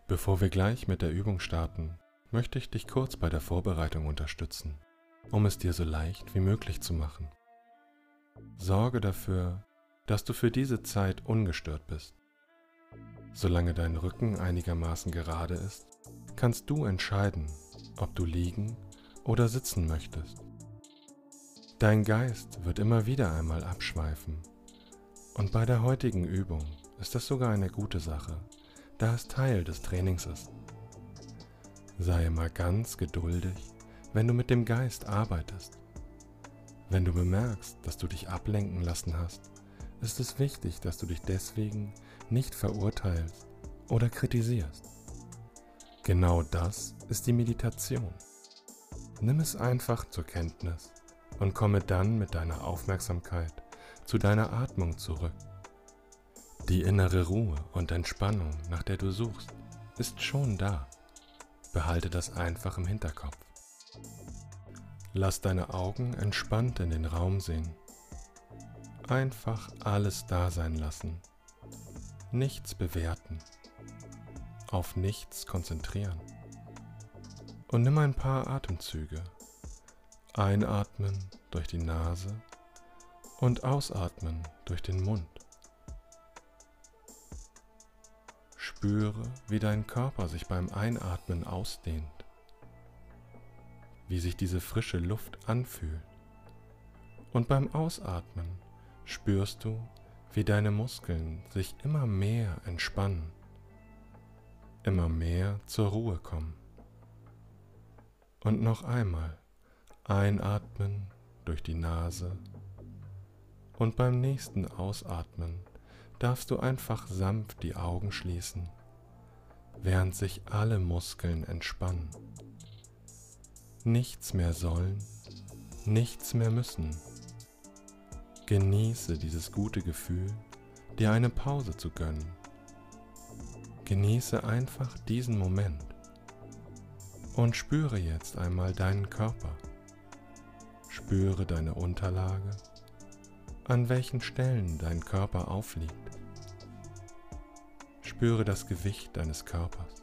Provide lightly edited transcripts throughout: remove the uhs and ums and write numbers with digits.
Bevor wir gleich mit der Übung starten, möchte ich dich kurz bei der Vorbereitung unterstützen, um es dir so leicht wie möglich zu machen. Sorge dafür, dass du für diese Zeit ungestört bist. Solange dein Rücken einigermaßen gerade ist, kannst du entscheiden, ob du liegen oder sitzen möchtest. Dein Geist wird immer wieder einmal abschweifen und bei der heutigen Übung ist das sogar eine gute Sache, da es Teil des Trainings ist. Sei immer ganz geduldig, wenn du mit dem Geist arbeitest. Wenn du bemerkst, dass du dich ablenken lassen hast, ist es wichtig, dass du dich deswegen nicht verurteilst oder kritisierst. Genau das ist die Meditation. Nimm es einfach zur Kenntnis und komme dann mit deiner Aufmerksamkeit zu deiner Atmung zurück. Die innere Ruhe und Entspannung, nach der du suchst, ist schon da. Behalte das einfach im Hinterkopf. Lass deine Augen entspannt in den Raum sehen. Einfach alles da sein lassen. Nichts bewerten. Auf nichts konzentrieren. Und nimm ein paar Atemzüge. Einatmen durch die Nase und ausatmen durch den Mund. Spüre, wie dein Körper sich beim Einatmen ausdehnt, wie sich diese frische Luft anfühlt. Und beim Ausatmen spürst du, wie deine Muskeln sich immer mehr entspannen, immer mehr zur Ruhe kommen. Und noch einmal einatmen durch die Nase und beim nächsten Ausatmen darfst du einfach sanft die Augen schließen, während sich alle Muskeln entspannen. Nichts mehr sollen, nichts mehr müssen. Genieße dieses gute Gefühl, dir eine Pause zu gönnen. Genieße einfach diesen Moment und spüre jetzt einmal deinen Körper. Spüre deine Unterlage, an welchen Stellen dein Körper aufliegt. Spüre das Gewicht deines Körpers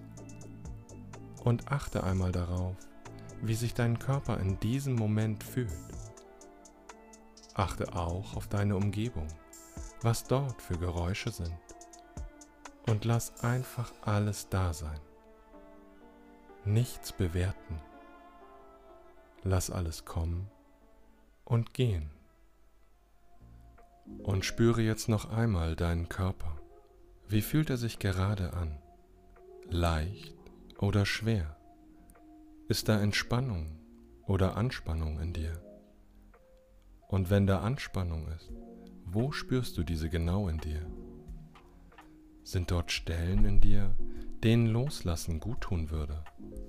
und achte einmal darauf, wie sich dein Körper in diesem Moment fühlt. Achte auch auf deine Umgebung, was dort für Geräusche sind, und lass einfach alles da sein. Nichts bewerten. Lass alles kommen und gehen. Und spüre jetzt noch einmal deinen Körper. Wie fühlt er sich gerade an? Leicht oder schwer? Ist da Entspannung oder Anspannung in dir? Und wenn da Anspannung ist, wo spürst du diese genau in dir? Sind dort Stellen in dir, denen Loslassen guttun würde?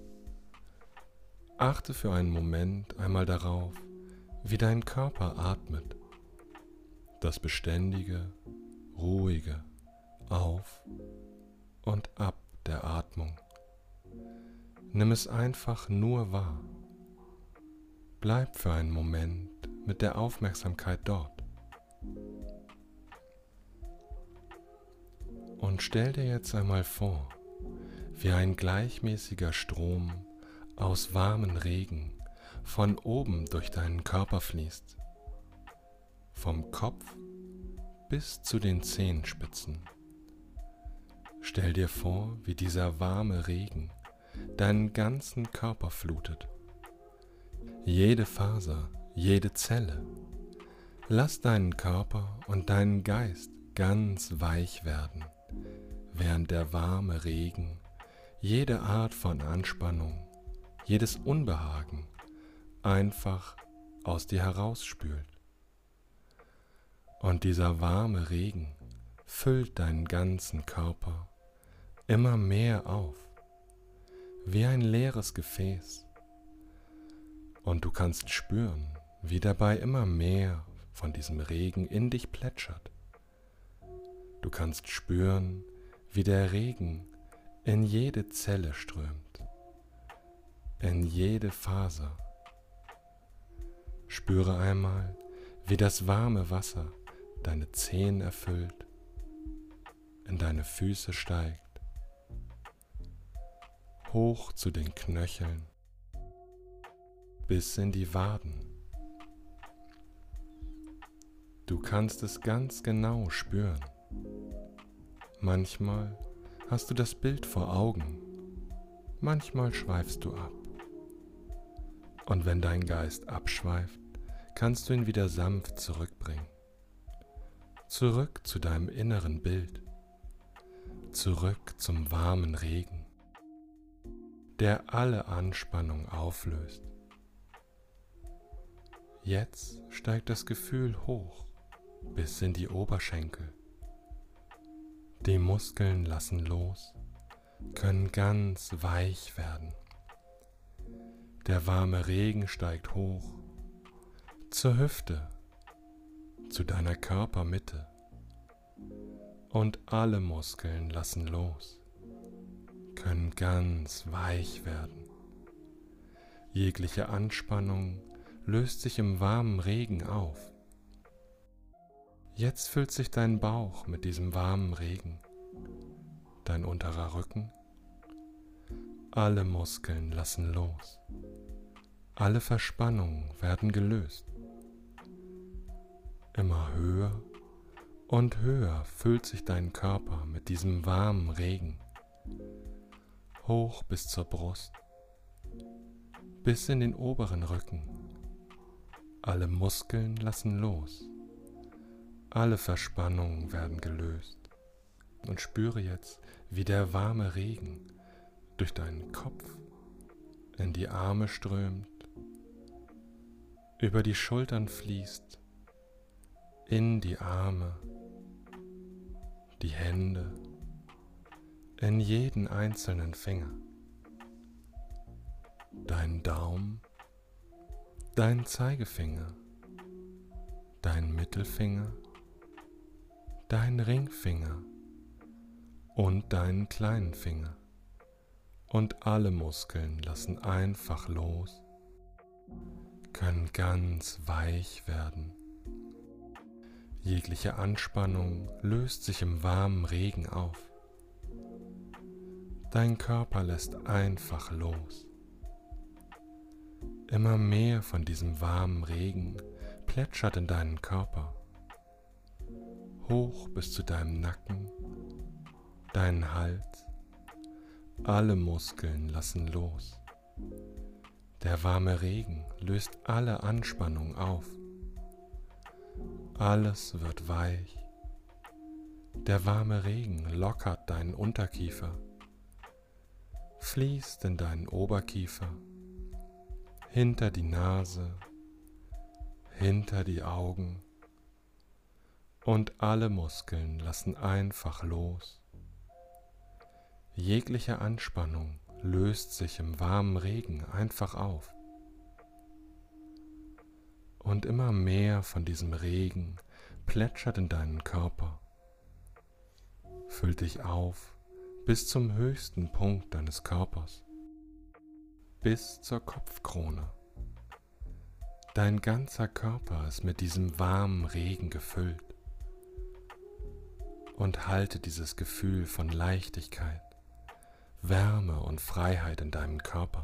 Achte für einen Moment einmal darauf, wie dein Körper atmet. Das beständige, ruhige Auf und Ab der Atmung. Nimm es einfach nur wahr. Bleib für einen Moment mit der Aufmerksamkeit dort. Und stell dir jetzt einmal vor, wie ein gleichmäßiger Strom aus warmen Regen von oben durch deinen Körper fließt. Vom Kopf bis zu den Zehenspitzen. Stell dir vor, wie dieser warme Regen deinen ganzen Körper flutet. Jede Faser, jede Zelle. Lass deinen Körper und deinen Geist ganz weich werden, während der warme Regen jede Art von Anspannung, jedes Unbehagen einfach aus dir herausspült. Und dieser warme Regen füllt deinen ganzen Körper immer mehr auf, wie ein leeres Gefäß. Und du kannst spüren, wie dabei immer mehr von diesem Regen in dich plätschert. Du kannst spüren, wie der Regen in jede Zelle strömt, in jede Faser. Spüre einmal, wie das warme Wasser deine Zehen erfüllt, in deine Füße steigt, hoch zu den Knöcheln, bis in die Waden. Du kannst es ganz genau spüren. Manchmal hast du das Bild vor Augen, manchmal schweifst du ab. Und wenn dein Geist abschweift, kannst du ihn wieder sanft zurückbringen. Zurück zu deinem inneren Bild, zurück zum warmen Regen, der alle Anspannung auflöst. Jetzt steigt das Gefühl hoch bis in die Oberschenkel. Die Muskeln lassen los, können ganz weich werden. Der warme Regen steigt hoch zur Hüfte, zu deiner Körpermitte. Und alle Muskeln lassen los, können ganz weich werden. Jegliche Anspannung löst sich im warmen Regen auf. Jetzt füllt sich dein Bauch mit diesem warmen Regen, dein unterer Rücken. Alle Muskeln lassen los. Alle Verspannungen werden gelöst. Immer höher und höher füllt sich dein Körper mit diesem warmen Regen, hoch bis zur Brust, bis in den oberen Rücken. Alle Muskeln lassen los. Alle Verspannungen werden gelöst. Und spüre jetzt, wie der warme Regen durch deinen Kopf in die Arme strömt, über die Schultern fließt, in die Arme, die Hände, in jeden einzelnen Finger. Dein Daumen, dein Zeigefinger, dein Mittelfinger, dein Ringfinger und deinen kleinen Finger. Und alle Muskeln lassen einfach los, können ganz weich werden. Jegliche Anspannung löst sich im warmen Regen auf. Dein Körper lässt einfach los. Immer mehr von diesem warmen Regen plätschert in deinen Körper, hoch bis zu deinem Nacken, deinen Hals. Alle Muskeln lassen los. Der warme Regen löst alle Anspannung auf. Alles wird weich. Der warme Regen lockert deinen Unterkiefer, fließt in deinen Oberkiefer, hinter die Nase, hinter die Augen. Und alle Muskeln lassen einfach los. Jegliche Anspannung löst sich im warmen Regen einfach auf. Und immer mehr von diesem Regen plätschert in deinen Körper, füllt dich auf bis zum höchsten Punkt deines Körpers, bis zur Kopfkrone. Dein ganzer Körper ist mit diesem warmen Regen gefüllt. Und halte dieses Gefühl von Leichtigkeit, Wärme und Freiheit in deinem Körper.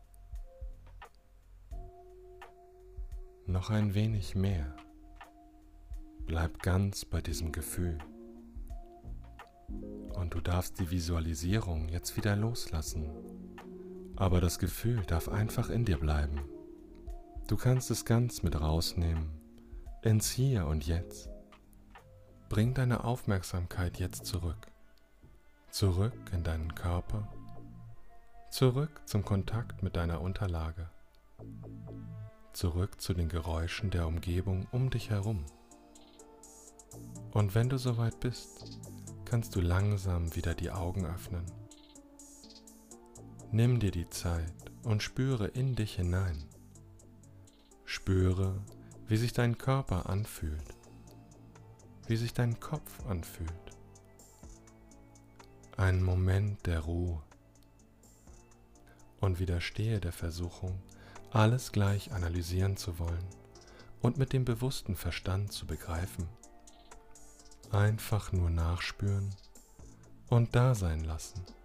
Noch ein wenig mehr. Bleib ganz bei diesem Gefühl. Und du darfst die Visualisierung jetzt wieder loslassen. Aber das Gefühl darf einfach in dir bleiben. Du kannst es ganz mit rausnehmen, ins Hier und Jetzt. Bring deine Aufmerksamkeit jetzt zurück. Zurück in deinen Körper. Zurück zum Kontakt mit deiner Unterlage. Zurück zu den Geräuschen der Umgebung um dich herum. Und wenn du soweit bist, kannst du langsam wieder die Augen öffnen. Nimm dir die Zeit und spüre in dich hinein. Spüre, wie sich dein Körper anfühlt, wie sich dein Kopf anfühlt. Ein Moment der Ruhe. Und widerstehe der Versuchung, alles gleich analysieren zu wollen und mit dem bewussten Verstand zu begreifen. Einfach nur nachspüren und da sein lassen.